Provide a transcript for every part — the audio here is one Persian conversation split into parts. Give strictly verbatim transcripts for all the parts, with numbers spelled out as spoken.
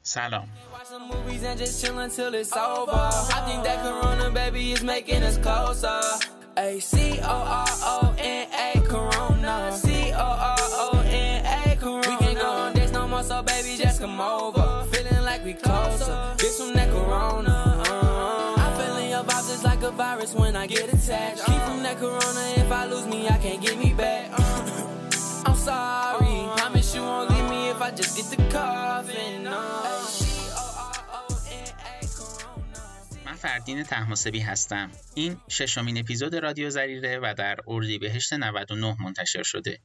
سلام. So baby just come over, feeling like we closer, get some that corona, uh, I feel in your vibes just like a virus when I get attached, keep from that corona, if I lose me I can't get me back, uh, I'm sorry, promise you won't leave me if I just get the coughing, no. من فردین طهماسبی هستم. این ششمین اپیزود رادیو ضریره و در اردیبهشت نود و نه منتشر شده.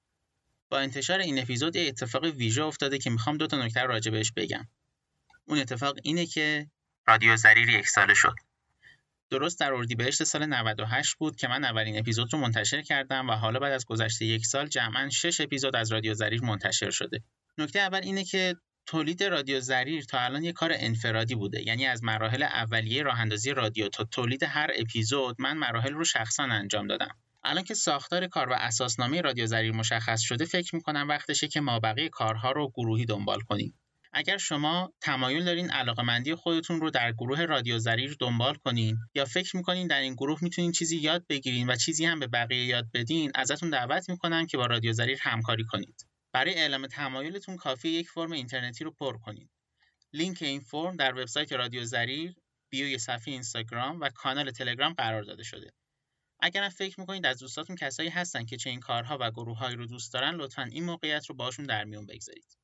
با انتشار این اپیزود یه اتفاق ویژه افتاده که میخوام دو تا نکته راجع بهش بگم. اون اتفاق اینه که رادیو ضریر یک ساله شد. درست در اردیبهشت سال نود و هشت بود که من اولین اپیزود رو منتشر کردم و حالا بعد از گذشته یک سال جمعاً شش اپیزود از رادیو ضریر منتشر شده. نکته اول اینه که تولید رادیو ضریر تا الان یه کار انفرادی بوده، یعنی از مراحل اولیه راه‌اندازی رادیو تا تولید هر اپیزود من مراحل رو شخصاً انجام دادم. الان که ساختار کار و اساسنامه رادیو ضریر مشخص شده، فکر می‌کنم وقتشه که مابقی کارها رو گروهی دنبال کنیم. اگر شما تمایل دارین علاقه‌مندی خودتون رو در گروه رادیو ضریر دنبال کنین یا فکر می‌کنین در این گروه میتونین چیزی یاد بگیرین و چیزی هم به بقیه یاد بدین، ازتون دعوت می‌کنم که با رادیو ضریر همکاری کنید. برای اعلام تمایلتون کافیه یک فرم اینترنتی رو پر کنید. لینک این فرم در وبسایت رادیو ضریر، بیوی صفحه اینستاگرام و کانال تلگرام قرار داده شده. اگرم فکر میکنید از دوستاتون کسایی هستن که چه این کارها و گروه‌هایی رو دوست دارن، لطفاً این موقعیت رو باشون در میون بگذارید.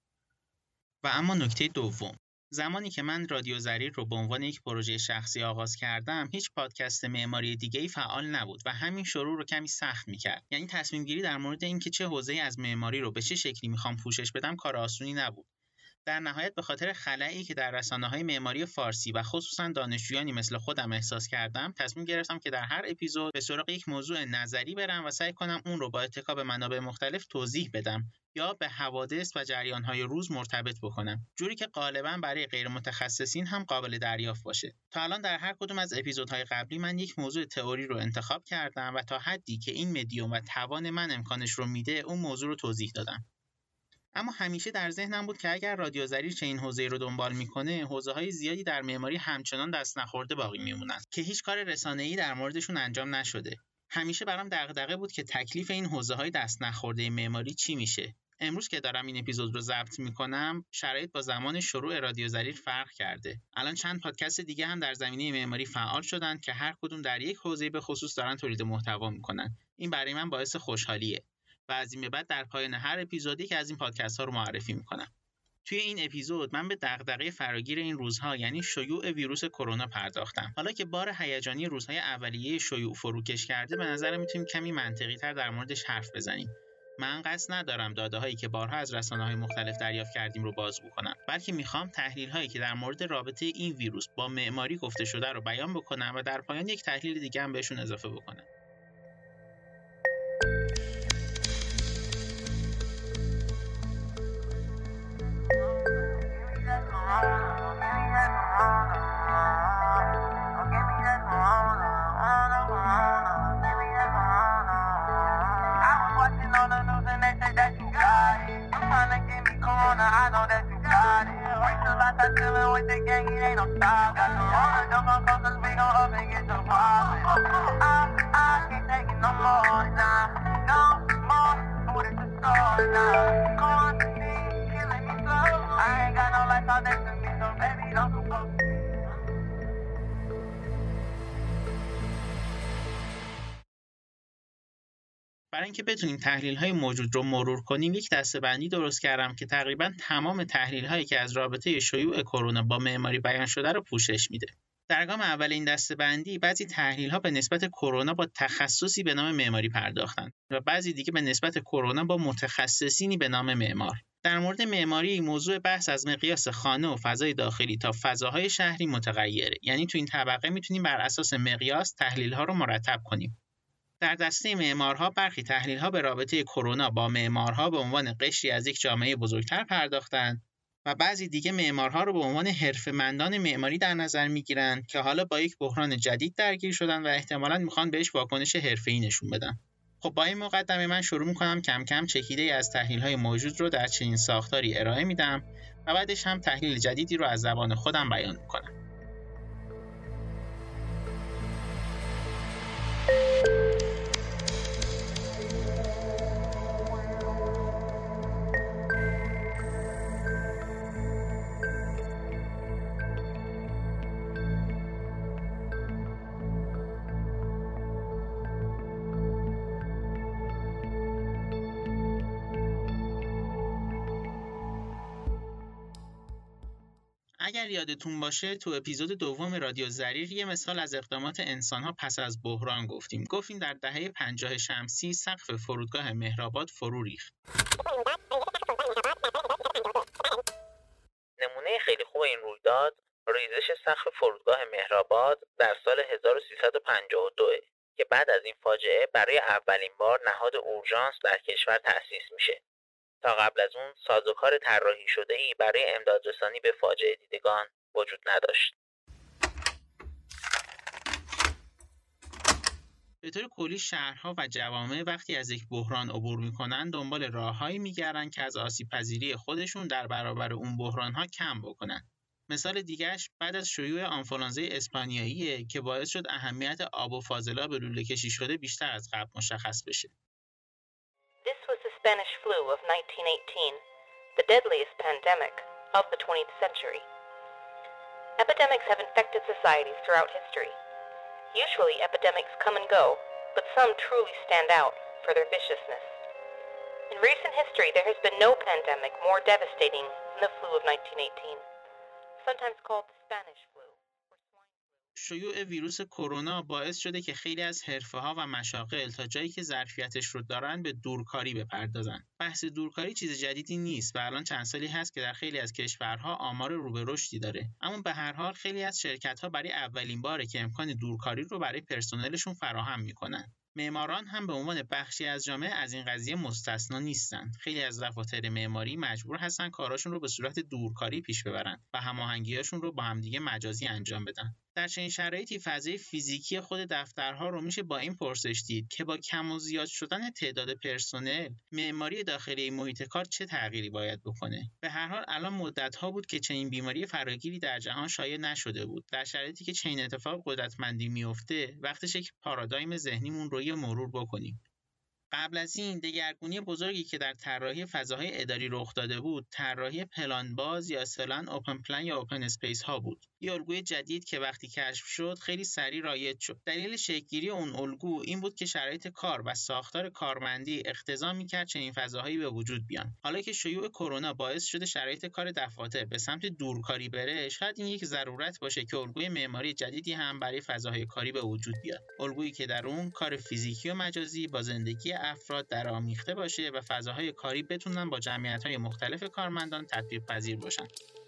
و اما نکته دوم، زمانی که من رادیو ضریر رو به عنوان یک پروژه شخصی آغاز کردم، هیچ پادکست معماری دیگه‌ای فعال نبود و همین شروع رو کمی سخت می‌کرد. یعنی تصمیم گیری در مورد اینکه چه حوزه‌ای از معماری رو به چه شکلی می‌خوام پوشش بدم کار آسونی نبود. در نهایت به خاطر خلایی که در رسانه‌های معماری فارسی و خصوصاً دانشجویانی مثل خودم احساس کردم، تصمیم گرفتم که در هر اپیزود به سراغ یک موضوع نظری برم و سعی کنم اون رو با اتکا به منابع مختلف توضیح بدم یا به حوادث و جریان‌های روز مرتبط بکنم، جوری که غالباً برای غیر متخصصین هم قابل دریافت باشه. تا الان در هر کدوم از اپیزودهای قبلی من یک موضوع تئوری رو انتخاب کردم و تا حدی که این مدیوم و توان من امکانش رو میده، اون موضوع رو توضیح دادم. اما همیشه در ذهنم بود که اگر رادیو ضریر چه این حوزه‌ای رو دنبال میکنه، حوزه‌های زیادی در معماری همچنان دست نخورده باقی میمونن که هیچ کار رسانه‌ای در موردشون انجام نشده. همیشه برام دغدغه بود که تکلیف این حوزه‌های دست نخورده معماری چی میشه. امروز که دارم این اپیزود رو ضبط میکنم، شرایط با زمان شروع رادیو ضریر فرق کرده. الان چند پادکست دیگه هم در زمینه معماری فعال شدن که هر کدوم در یک حوزه به خصوص دارن تولید محتوا میکنن. این برای من باعث خوشحالیه. و از این به بعد در پایان هر اپیزودی که از این پادکست ها رو معرفی میکنم. توی این اپیزود من به دغدغه فراگیر این روزها، یعنی شیوع ویروس کرونا پرداختم. حالا که بار هیجانی روزهای اولیه شیوع فروکش کرده، به نظر میتونیم کمی منطقی تر در موردش حرف بزنیم. من قصد ندارم داده هایی که بارها از رسانه‌های مختلف دریافت کردیم رو بازگو کنم، بلکه میخوام تحلیل هایی که در مورد رابطه این ویروس با معماری گفته شده رو بیان بکنم و در پایان یک تحلیل دیگه هم بهشون اضافه بکنم. برای اینکه بتونیم تحلیل‌های موجود رو مرور کنیم، یک دسته‌بندی درست کردم که تقریباً تمام تحلیل‌هایی که از رابطه شیوع کرونا با معماری بیان شده رو پوشش میده. در گام اول این دسته‌بندی، بعضی تحلیل‌ها به نسبت کرونا با تخصصی به نام معماری پرداختند و بعضی دیگه به نسبت کرونا با متخصصینی به نام معمار. در مورد معماری، موضوع بحث از مقیاس خانه و فضای داخلی تا فضاهای شهری متغیره. یعنی تو این طبقه میتونیم بر اساس مقیاس تحلیل‌ها رو مرتب کنیم. در دسته معمارها برخی تحلیل‌ها به رابطه کرونا با معمارها به عنوان قشری از یک جامعه بزرگتر پرداختند و بعضی دیگه معمارها رو به عنوان حرفه‌مندان معماری در نظر می‌گیرند که حالا با یک بحران جدید درگیر شدن و احتمالاً می‌خوان بهش واکنش حرفه‌ای نشون بدن. خب با این مقدمه من شروع می‌کنم کم کم چکیده‌ای از تحلیل‌های موجود رو در چنین ساختاری ارائه میدم و بعدش هم تحلیل جدیدی رو از زبان خودم بیان میکنم. اگر یادتون باشه تو اپیزود دوم رادیو ضریر یه مثال از اقدامات انسان‌ها پس از بحران گفتیم. گفتیم در دهه پنجاه شمسی سقف فرودگاه مهرآباد فرو ریخت. نمونه خیلی خوب این رویداد ریزش سقف فرودگاه مهرآباد در سال هزار و سیصد و پنجاه و دو که بعد از این فاجعه برای اولین بار نهاد اورژانس در کشور تأسیس میشه. تا قبل از اون سازوکار طراحی شده‌ای برای امدادرسانی به فاجعه دیدگان وجود نداشت. به طور کلی شهرها و جوامع وقتی از یک بحران عبور میکنن دنبال راههایی میگردن که از آسیب‌پذیری خودشون در برابر اون بحرانها کم بکنن. مثال دیگه‌اش بعد از شیوع آنفولانزای اسپانیاییه که باعث شد اهمیت آب و فاضلاب لوله کشی شده بیشتر از قبل مشخص بشه. This was the Spanish flu of nineteen eighteen, the deadliest pandemic of the twentieth century. Epidemics have infected societies throughout history. Usually epidemics come and go, but some truly stand out for their viciousness. In recent history, there has been no pandemic more devastating than the flu of nineteen eighteen, sometimes called the Spanish flu. شیوع ویروس کرونا باعث شده که خیلی از حرفه‌ها و مشاغل تا جایی که ظرفیتش رو دارن به دورکاری بپردازن. بحث دورکاری چیز جدیدی نیست و الان چند سالی هست که در خیلی از کشورها آمار رو به رشدی داره. اما به هر حال خیلی از شرکت‌ها برای اولین باره که امکان دورکاری رو برای پرسنلشون فراهم می‌کنن. معماران هم به عنوان بخشی از جامعه از این قضیه مستثنا نیستن. خیلی از دفاتر معماری مجبور هستن کاراشون رو به صورت دورکاری پیش ببرن و هماهنگیاشون رو با همدیگه مجازی انجام بدن. در چنین شرایطی فضای فیزیکی خود دفترها رو میشه با این پرسش دید که با کم و زیاد شدن تعداد پرسنل معماری داخلی محیط کار چه تغییری باید بکنه. به هر حال الان مدت‌ها بود که چنین بیماری فراگیری در جهان شایع نشده بود. در شرایطی که چنین اتفاق قدرتمندی میفته وقتشه که پارادایم ذهنیمون رو یه مرور بکنیم. قبل از این دگرگونی بزرگی که در طراحی فضاهای اداری رخ داده بود، طراحی پلان باز یا اصطلاحاً اوپن پلان یا اوپن اسپیس ها بود. یه الگوی جدید که وقتی کشف شد خیلی سریع رایج شد. دلیل شکل‌گیری اون الگو این بود که شرایط کار و ساختار کارمندی اقتضا می‌کرد چنین فضاهایی به وجود بیان. حالا که شیوع کرونا باعث شده شرایط کار دفاتر به سمت دورکاری بره، شاید این یک ضرورت باشه که الگوی معماری جدیدی هم برای فضاهای کاری به وجود بیاد. الگویی که در اون کار فیزیکی و مجازی با زندگی افراد درآمیخته باشه و فضاهای کاری بتونن با جمعیت‌های مختلف کارمندان تطبیق پذیر باشن.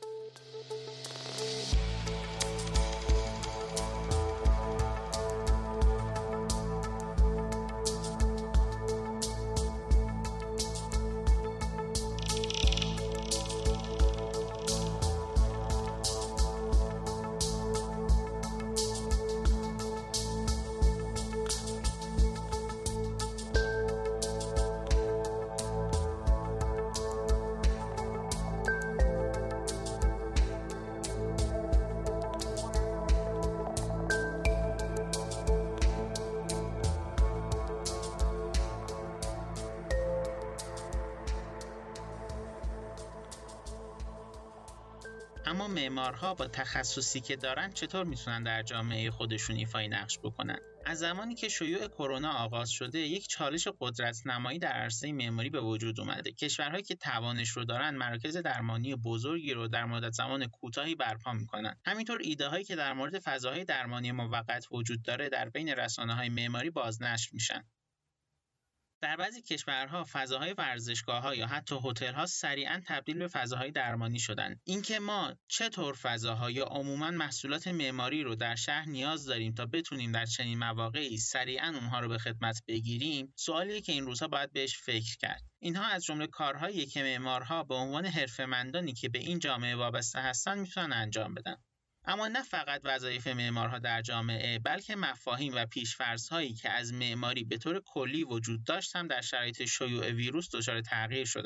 اما معمارها با تخصصی که دارن چطور میتونن در جامعه خودشون ایفای نقش بکنن؟ از زمانی که شیوع کرونا آغاز شده، یک چالش قدرت‌نمایی در عرصه معماری به وجود اومده. کشورهایی که توانش رو دارن، مراکز درمانی بزرگی رو در مدت زمان کوتاهی برپا میکنن. همینطور ایده‌هایی که در مورد فضاهای درمانی موقت وجود داره، در بین رسانه‌های معماری بازنشر میشن. در بعضی کشورها فضاهای ورزشگاه‌ها یا حتی هتل‌ها سریعاً تبدیل به فضاهای درمانی شدن. اینکه ما چطور فضاها یا عموماً محصولات معماری رو در شهر نیاز داریم تا بتونیم در چنین مواقعی سریعاً اونها رو به خدمت بگیریم، سوالیه که این روزها باید بهش فکر کرد. اینها از جمله کارهایی که معمارها به عنوان حرفه‌مندانی که به این جامعه وابسته هستن میتونن انجام بدن. اما نه فقط وظایف معمارها در جامعه، بلکه مفاهیم و پیش‌فرض‌هایی که از معماری به طور کلی وجود داشت هم در شرایط شیوع ویروس دچار تغییر شدن.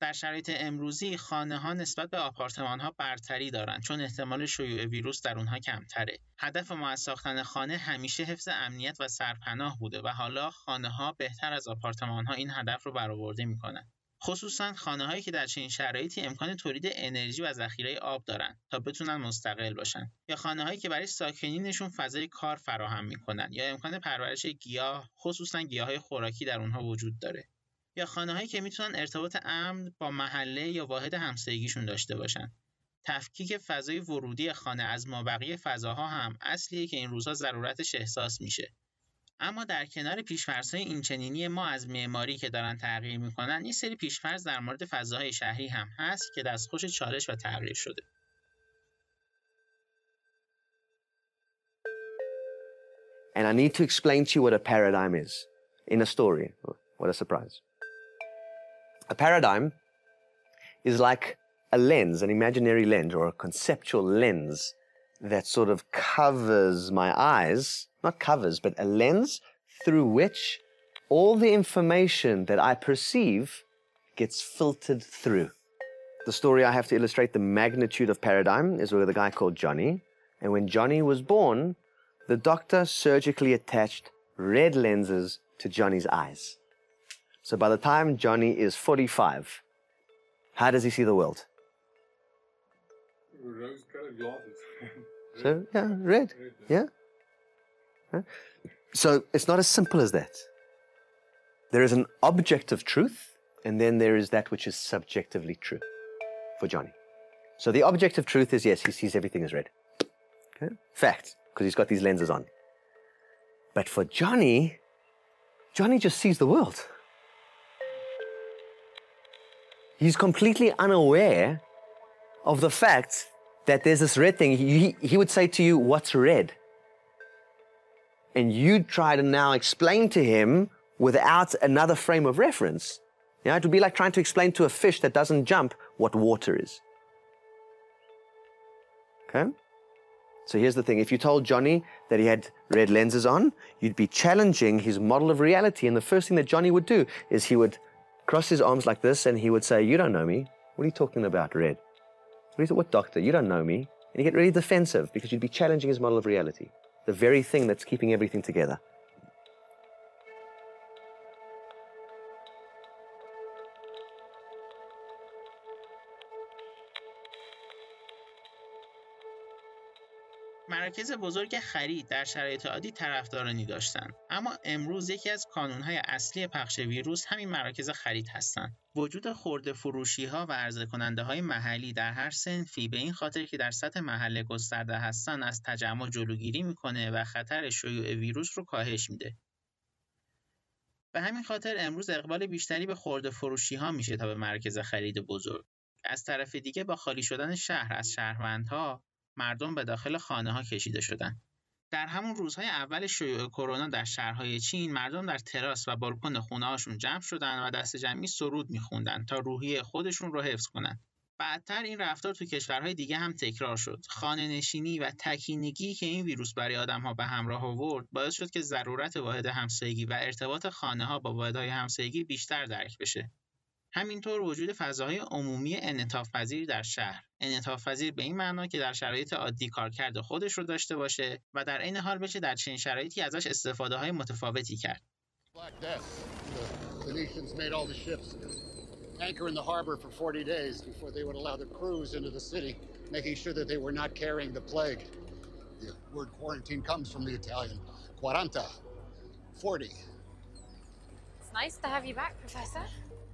در شرایط امروزی خانه‌ها نسبت به آپارتمان‌ها برتری دارند چون احتمال شیوع ویروس در اونها کمتره. هدف ما از ساختن خانه همیشه حفظ امنیت و سرپناه بوده و حالا خانه‌ها بهتر از آپارتمان‌ها این هدف رو برآورده می‌کنن. خصوصاً خانه‌هایی که در چنین شرایطی امکان تولید انرژی و ذخیره آب دارن تا بتونن مستقل باشن، یا خانه‌هایی که برای ساکنینشون فضای کار فراهم می‌کنن، یا امکان پرورش گیاه، خصوصاً گیاهای خوراکی در اونها وجود داره، یا خانه‌هایی که میتونن ارتباط امن با محله یا واحد همسایگیشون داشته باشن. تفکیک فضای ورودی خانه از مابقی فضاها هم اصلیه که این روزها ضرورتش احساس میشه. اما در کنار پیش‌فرض‌های اینچنینی ما از معماری که دارن تغییر میکنن، یه سری پیش‌فرض در مورد فضاهای شهری هم هست که دستخوش چالش و تغییر شده. And I need to explain to you what a paradigm is in a story. What a surprise. A paradigm is like a lens, an imaginary lens or a conceptual lens that sort of covers my eyes, not covers, but a lens through which all the information that I perceive gets filtered through. The story I have to illustrate the magnitude of paradigm is with a guy called Johnny. And when Johnny was born, the doctor surgically attached red lenses to Johnny's eyes. So by the time Johnny is forty-five, how does he see the world? Rose-colored glasses. So, yeah, red, yeah. Huh? So it's not as simple as that. There is an objective truth, and then there is that which is subjectively true for Johnny. So the objective truth is, yes, he sees everything as red. Okay? Fact, because he's got these lenses on. But for Johnny, Johnny just sees the world. He's completely unaware of the fact that there's this red thing. He, he would say to you, what's red? And you'd try to now explain to him without another frame of reference. You know, it would be like trying to explain to a fish that doesn't jump what water is. Okay? So here's the thing. If you told Johnny that he had red lenses on, you'd be challenging his model of reality. And the first thing that Johnny would do is he would cross his arms like this and he would say, you don't know me. What are you talking about, red? What, what doctor? You don't know me. And you get really defensive because you'd be challenging his model of reality. The very thing that's keeping everything together. مراکز بزرگ خرید در شرایط عادی طرفدارانی داشتن، اما امروز یکی از کانونهای اصلی پخش ویروس همین مراکز خرید هستند. وجود خرده فروشی ها و عرضه کننده های محلی در هر صنفی به این خاطر که در سطح محله گسترده هستن از تجمع جلوگیری میکنه و خطر شیوع ویروس رو کاهش میده. به همین خاطر امروز اقبال بیشتری به خرده فروشی ها میشه تا به مراکز خرید بزرگ. از طرف دیگه با خالی شدن شهر از شهروندها، مردم به داخل خانه‌ها کشیده شدن. در همون روزهای اول شیوع کرونا در شهرهای چین، مردم در تراس و بالکن خونه‌هاشون جمع شدن و دست جمعی سرود می‌خوندن تا روحیه خودشون رو حفظ کنن. بعدتر این رفتار تو کشورهای دیگه هم تکرار شد. خانه‌نشینی و تکینگی که این ویروس برای آدم‌ها به همراه آورد، باعث شد که ضرورت واحد همسایگی و ارتباط خانه‌ها با واحدهای همسایگی بیشتر درک بشه. همینطور وجود فضاهای عمومی انعطاف‌پذیر در شهر، انعطاف‌پذیر به این معنا که در شرایط عادی کارکرد خودش رو داشته باشه و در عین حال بشه در چنین شرایطی ازش استفاده‌های متفاوتی کرد. Anchor in the harbor for forty days before they would allow the crews into the city, making sure that they were not carrying the plague. The word quarantine comes from the Italian quaranta, forty. It's nice to have you back, Professor.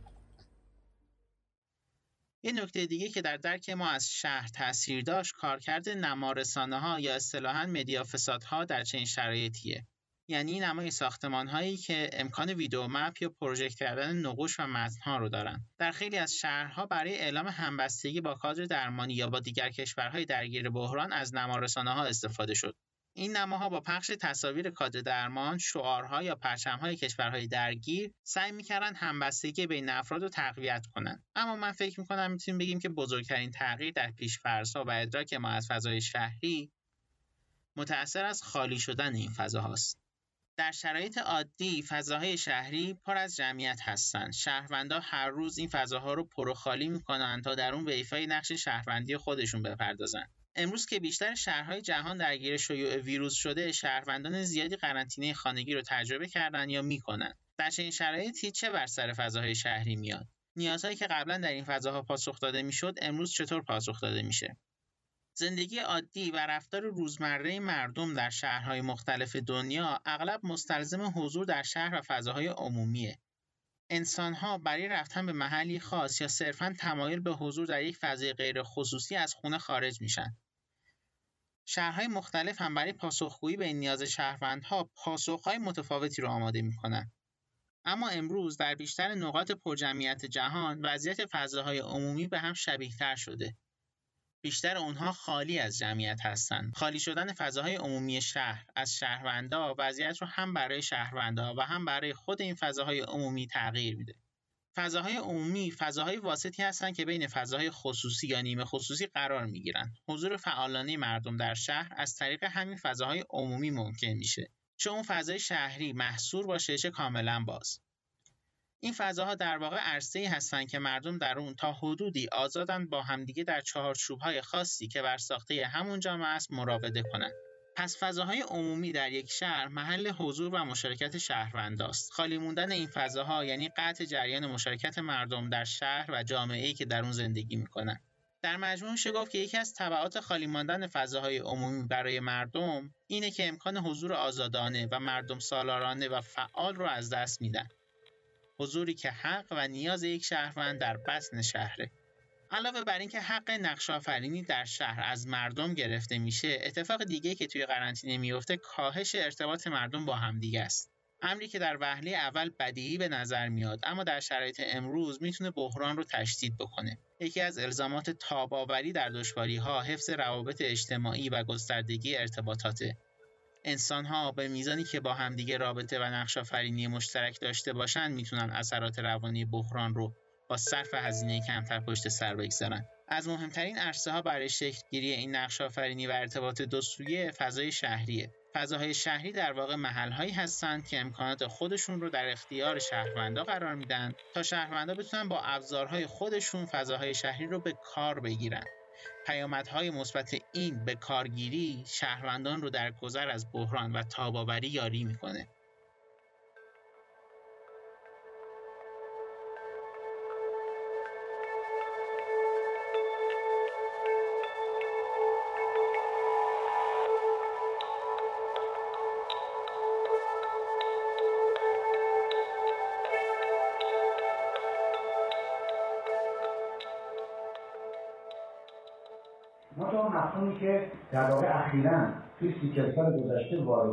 یه نکته دیگه که در درک ما از شهر تأثیر داشت، کارکرد نمارسانه‌ها یا اصطلاحاً مدیا فسادها در چنین شرایطیه. یعنی نمای ساختمان‌هایی که امکان ویدیو مپ یا پروژکت کردن نقوش و متن‌ها رو دارن. در خیلی از شهرها برای اعلام همبستگی با کادر درمانی یا با دیگر کشورهای درگیر بحران از نمارسانه‌ها استفاده شد. این نماها با پخش تصاویر کادر درمان، شعارها یا پرچم‌های کشورهای درگیر سعی می‌کردن همبستگی بین افراد رو تقویت کنن. اما من فکر می‌کنم می‌تونیم بگیم که بزرگترین تغییر در پیش‌فرض‌ها و ادراک ما از فضای شهری متأثر از خالی شدن این فضاهاست. در شرایط عادی فضاهای شهری پر از جمعیت هستند. شهروندان هر روز این فضاها رو پر و خالی می‌کنند تا در اون به ایفای نقش شهروندی خودشون بپردازند. امروز که بیشتر شهرهای جهان درگیر شیوع ویروس شده، شهروندان زیادی قرنطینه خانگی رو تجربه کردن یا می‌کنند. در چنین شرایطی چه بر سر فضاهای شهری میاد؟ نیازهایی که قبلا در این فضاها پاسخ داده میشد، امروز چطور پاسخ داده میشه؟ زندگی عادی و رفتار روزمره مردم در شهرهای مختلف دنیا اغلب مستلزم حضور در شهر و فضاهای عمومیه. انسان‌ها برای رفتن به محلی خاص یا صرفاً تمایل به حضور در یک فضای غیر خصوصی از خونه خارج میشن. شهرهای مختلف هم برای پاسخگویی به این نیاز شهروندها پاسخهای متفاوتی رو آماده میکنن. اما امروز در بیشتر نقاط پرجمعیت جهان وضعیت فضاهای عمومی به هم شبیه‌تر شده. بیشتر اونها خالی از جمعیت هستند. خالی شدن فضاهای عمومی شهر از شهروندا وضعیت رو هم برای شهروندا و هم برای خود این فضاهای عمومی تغییر میده. فضاهای عمومی فضاهای واسطی هستند که بین فضاهای خصوصی یا نیمه خصوصی قرار میگیرند. حضور فعالانه مردم در شهر از طریق همین فضاهای عمومی ممکن میشه. چه اون فضای شهری محصور باشه چه کاملا باز. این فضاها در واقع عرصه‌ای هستند که مردم در اون تا حدودی آزادند با همدیگه در چهارچوب‌های خاصی که بر ساخته همون جامعه است مراوده کنند. پس فضاهای عمومی در یک شهر محل حضور و مشارکت شهرونداست. خالی موندن این فضاها یعنی قطع جریان مشارکت مردم در شهر و جامعه‌ای که در اون زندگی می‌کنند. در مجموع میشه گفت که یکی از تبعات خالی ماندن فضاهای عمومی برای مردم اینه که امکان حضور آزادانه و مردم سالارانه و فعال رو از دست میدن. حضوری که حق و نیاز یک شهروند در بطن شهره. علاوه بر این که حق نقش آفرینی در شهر از مردم گرفته میشه، اتفاق دیگه‌ای که توی قرنطینه میفته کاهش ارتباط مردم با همدیگه است. امری که در وهله اول بدیهی به نظر میاد، اما در شرایط امروز میتونه بحران رو تشدید بکنه. یکی از الزامات تاب‌آوری در دشواری‌ها حفظ روابط اجتماعی و گستردگی ارتباطاته. انسان‌ها به میزانی که با همدیگه رابطه و نقش‌آفرینی مشترک داشته باشن میتونن اثرات روانی بحران رو با صرف هزینه کمتر پشت سر بگذارن. از مهمترین عرصه‌ها برای شکل‌گیری این نقش‌آفرینی و ارتباط دوسویه فضای شهریه. فضاهای شهری در واقع محل‌هایی هستند که امکانات خودشون رو در اختیار شهروندا قرار میدن تا شهروندا بتونن با ابزارهای خودشون فضاهای شهری رو به کار بگیرن. پیامدهای مثبت این به کارگیری شهروندان رو در گذر از بحران و تاب‌آوری یاری میکنه. منطقه مفهومی که در واقع اخیراً توی سی چهل سال گذشته وارد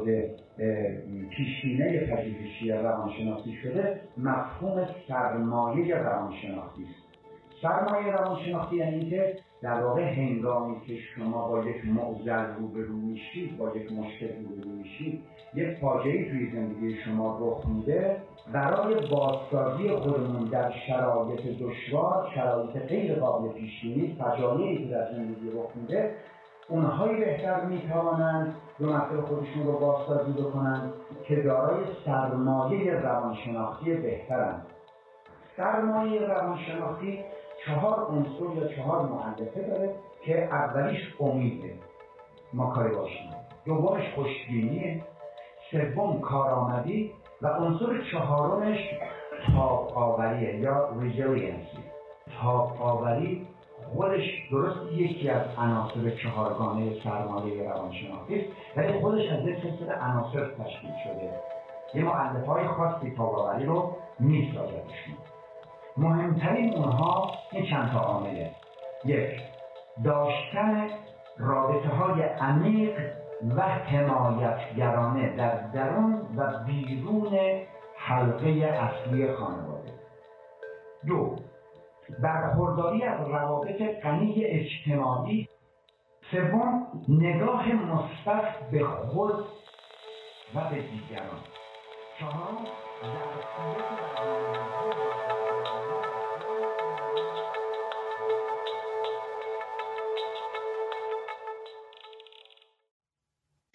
پیشینه پژوهشی روانشناسی شده، مفهوم سرمایه روانشناختی است. سرمایه روانشناختی یعنی اینکه در واقع هنگامی که شما با یک معضل روبرو میشید، با یک مشکل روبرو میشید، یک فاجعه‌ای توی زندگی شما رخ میده، برای بازسازی خودمون در شرایط دشوار، شرایط غیر قابل پیش‌بینی، فجایعی که در زندگی رخ میده، اونهایی بهتر میتوانند دو مسئله خودشون رو بازسازی بکنند که دارای سرمایه روانشناختی بهترند. سرمایه روانشناختی چهار عنصر یا چهار مؤلفه داره که اولیش امیده، ما کاری باشیم، دومش خوشبینیه، سوم کارآمدی و عنصر چهارمش تاب‌آوریه یا resiliency. تاب‌آوری خودش درست یکی از عناصر چهارگانه سرمایه روانشناختی است، ولی خودش از یک سلسله عناصر تشکیل شده. یه مؤلفه‌های خاصی تاب‌آوری رو می‌سازدشون. مهمترین اونها این چند تا عامله. یک، داشتن رابطه‌های عمیق و حمایتگرانه در درون و بیرون حلقه اصلی خانواده. دو، برخورداری از روابط غنی اجتماعی. سوم، نگاه مثبت به خود و به دیگران. چهارم،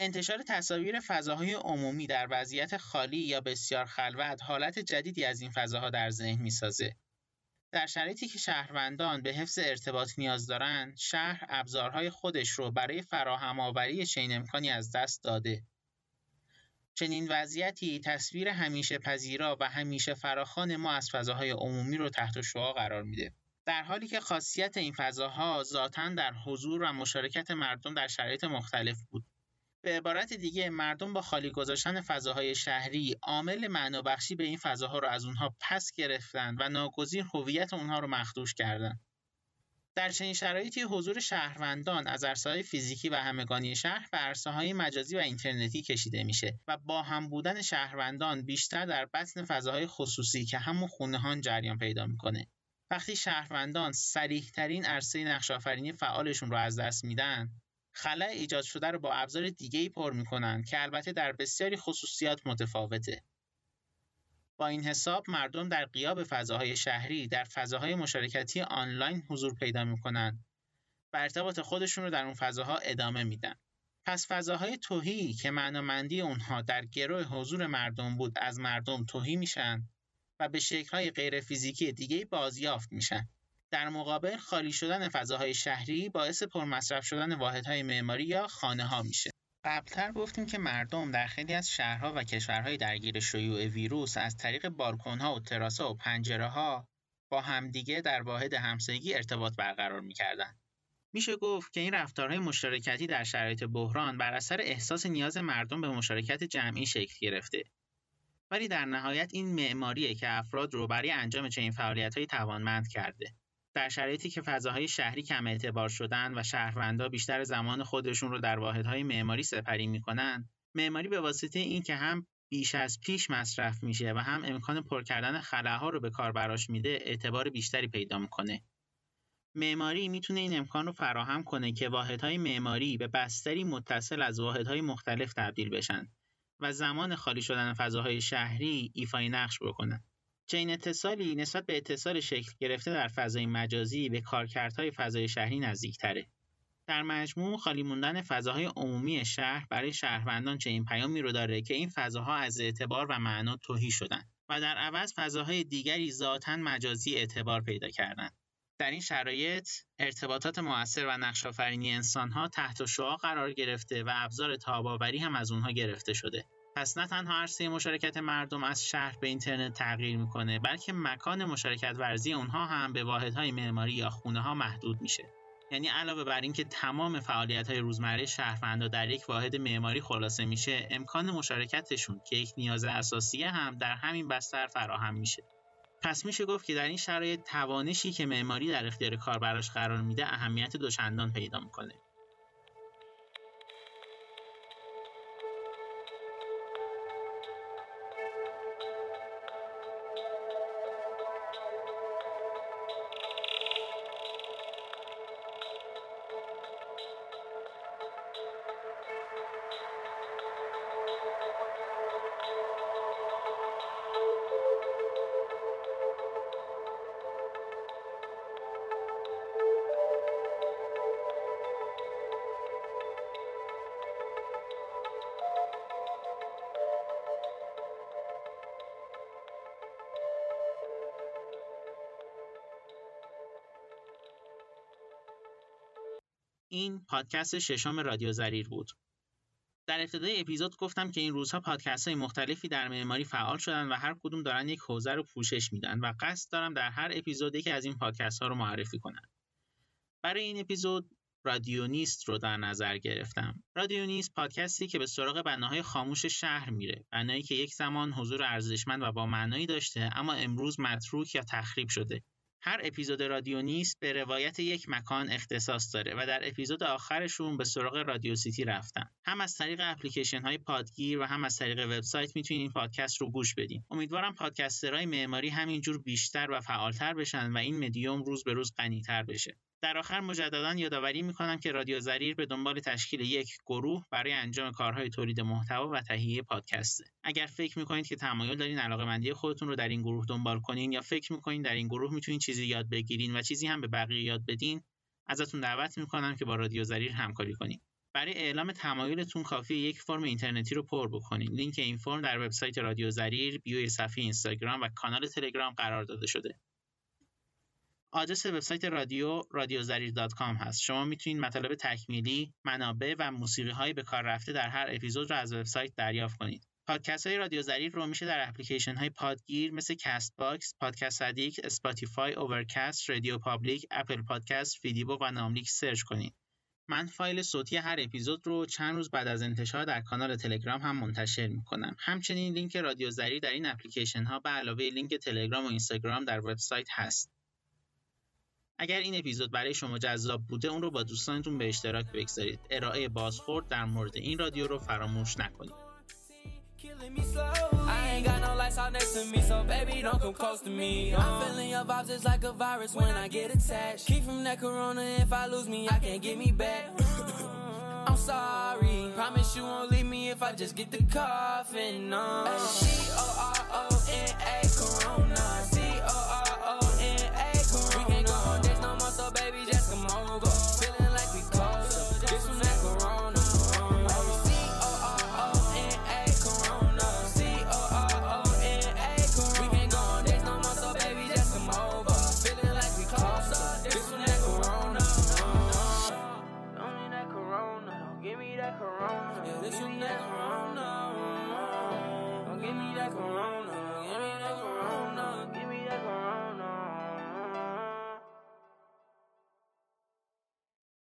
انتشار تصاویر فضاهای عمومی در وضعیت خالی یا بسیار خلوت حالت جدیدی از این فضاها در ذهن می‌سازه. در شرایطی که شهروندان به حفظ ارتباط نیاز دارند، شهر ابزارهای خودش رو برای فراهم آوری چنین امکانی از دست داده. چنین وضعیتی تصویر همیشه پذیرا و همیشه فراخوان ما از فضاهای عمومی رو تحت شعاع قرار میده. در حالی که خاصیت این فضاها ذاتاً در حضور و مشارکت مردم در شرایط مختلف بود. به عبارت دیگه مردم با خالی گذاشتن فضاهای شهری عامل معنابخشی به این فضاها رو از اونها پس گرفتن و ناگزیر هویت اونها رو مخدوش کردن. در چنین شرایطی حضور شهروندان از عرصه‌های فیزیکی و همگانی شهر به عرصه‌های مجازی و اینترنتی کشیده میشه و با هم بودن شهروندان بیشتر در بطن فضاهای خصوصی که همون خونه‌هان جریان پیدا میکنه. وقتی شهروندان صریح‌ترین عرصه نقش‌آفرینی فعالشون رو از دست میدن، خلأ ایجاد شده رو با ابزار دیگه‌ای پر می‌کنن که البته در بسیاری خصوصیات متفاوته. با این حساب مردم در غیاب فضاهای شهری در فضاهای مشارکتی آنلاین حضور پیدا می‌کنن و ارتباط خودشون رو در اون فضاها ادامه میدن. پس فضاهای تهی که معنامندی اونها در گرو حضور مردم بود از مردم تهی میشن و به شکل‌های غیر فیزیکی دیگه‌ای بازیافت میشن. در مقابل خالی شدن فضاهای شهری باعث پرمصرف شدن واحدهای معماری یا خانه‌ها میشه. قبلتر گفتیم که مردم در خیلی از شهرها و کشورهای درگیر شیوع ویروس از طریق بالکن‌ها و تراس‌ها و پنجره‌ها با همدیگه در واحد همسایگی ارتباط برقرار می‌کردن. میشه گفت که این رفتارهای مشارکتی در شرایط بحران بر اثر احساس نیاز مردم به مشارکت جمعی شکل گرفته. ولی در نهایت این معماریه که افراد رو برای انجام چنین فعالیت‌هایی توانمند کرده. در شرایطی که فضاهای شهری کم اعتبار شدن و شهروندان بیشتر زمان خودشون رو در واحدهای معماری سپری میکنن، معماری به واسطه این که هم بیش از پیش مصرف میشه و هم امکان پر کردن خلاها رو به کار براش میده، اعتبار بیشتری پیدا میکنه. معماری میتونه این امکان رو فراهم کنه که واحدهای معماری به بستری متصل از واحدهای مختلف تبدیل بشن و زمان خالی شدن فضاهای شهری ایفای نقش بکنن. چنین اتصالی نسبت به اتصال شکل گرفته در فضای مجازی به کارکردهای فضای شهری نزدیکتره. در مجموع خالی موندن فضاهای عمومی شهر برای شهروندان چنین پیامی رو داره که این فضاها از اعتبار و معنا تهی شدن و در عوض فضاهای دیگری ذاتاً مجازی اعتبار پیدا کردن. در این شرایط ارتباطات مؤثر و نقش‌آفرینی انسان‌ها تحت شعاع قرار گرفته و ابزار تاب‌آوری هم از اونها گرفته شده. پس نه تنها عرصه مشارکت مردم از شهر به اینترنت تغییر میکنه، بلکه مکان مشارکت ورزی اونها هم به واحدهای معماری یا خونه‌ها محدود میشه. یعنی علاوه بر اینکه تمام فعالیت‌های روزمره شهروندان در یک واحد معماری خلاصه میشه، امکان مشارکتشون که یک نیاز اساسیه هم در همین بستر فراهم میشه. پس میشه گفت که در این شرایط توانشی که معماری در اختیار کاربراش قرار میده اهمیت دوچندان پیدا میکنه. این پادکست ششم رادیو ضریر بود. در ابتدای اپیزود گفتم که این روزها پادکست‌های مختلفی در معماری فعال شدن و هر کدوم دارن یک حوزه رو پوشش میدن و قصد دارم در هر اپیزودی که از این پادکست‌ها رو معرفی کنم. برای این اپیزود رادیونیست رو در نظر گرفتم. رادیونیست پادکستی که به سراغ بناهای خاموش شهر میره، بنایی که یک زمان حضور ارزشمند و با معنایی داشته اما امروز متروک یا تخریب شده. هر اپیزود رادیونیست به روایت یک مکان اختصاص داره و در اپیزود آخرشون به سراغ رادیو سیتی رفتن. هم از طریق اپلیکیشن های پادگیر و هم از طریق وبسایت میتونید این پادکست رو گوش بدین. امیدوارم پادکسترهای معماری همینجور بیشتر و فعالتر بشن و این مدیوم روز به روز غنی‌تر بشه. در آخر مجددا یادآوری میکنم که رادیو ضریر به دنبال تشکیل یک گروه برای انجام کارهای تولید محتوا و تهیه پادکسته. اگر فکر میکنید که تمایل دارین علاقه‌مندی خودتون رو در این گروه دنبال کنین یا فکر میکنین در این گروه میتونین چیزی یاد بگیرین و چیزی هم به بقیه یاد بدین، ازتون دعوت میکنم که با رادیو ضریر همکاری کنین. برای اعلام تمایلتون کافیه یک فرم اینترنتی رو پر بکنید. لینک این فرم در وبسایت رادیو ضریر، بیوی صفحه اینستاگرام و کانال تلگرام قرار داده شده. آدرس وبسایت رادیو رادیو ضریر دات کام هست. شما میتونید مطالب تکمیلی، منابع و موسیقی‌های به کار رفته در هر اپیزود رو از وبسایت دریافت کنید. پادکست های رادیو ضریر رو میشه در اپلیکیشن های پادگیر مثل کست باکس، پادکست ادیکت، اسپاتیفای، اوورکست، رادیو پابلیک، اپل پادکست، فیدیبو و ناملیک سرچ کنید. من فایل صوتی هر اپیزود رو چند روز بعد از انتشار در کانال تلگرام هم منتشر میکنم. همچنین لینک رادیو ضریر در این اپلیکیشن ها به علاوه لینک تلگرام و اینستاگرام در وبسایت هست. اگر این اپیزود برای شما جذاب بوده اون رو با دوستانتون به اشتراک بگذارید. ارائه بازخورد در مورد این رادیو رو فراموش نکنید. Killing me slow. I ain't got no lights out next to me, so baby don't come close to me. Uh. I'm feeling your vibes just like a virus when I get attached. Keep from that corona, if I lose me, I can't get me back. I'm sorry, promise you won't leave me if I just get the coughing on. C O R O N A Corona. C O R O N A Corona. We can't go on dates no more, so baby just come over. Feeling like we closer. Get some that corona. Corona, yeah, this one that corona.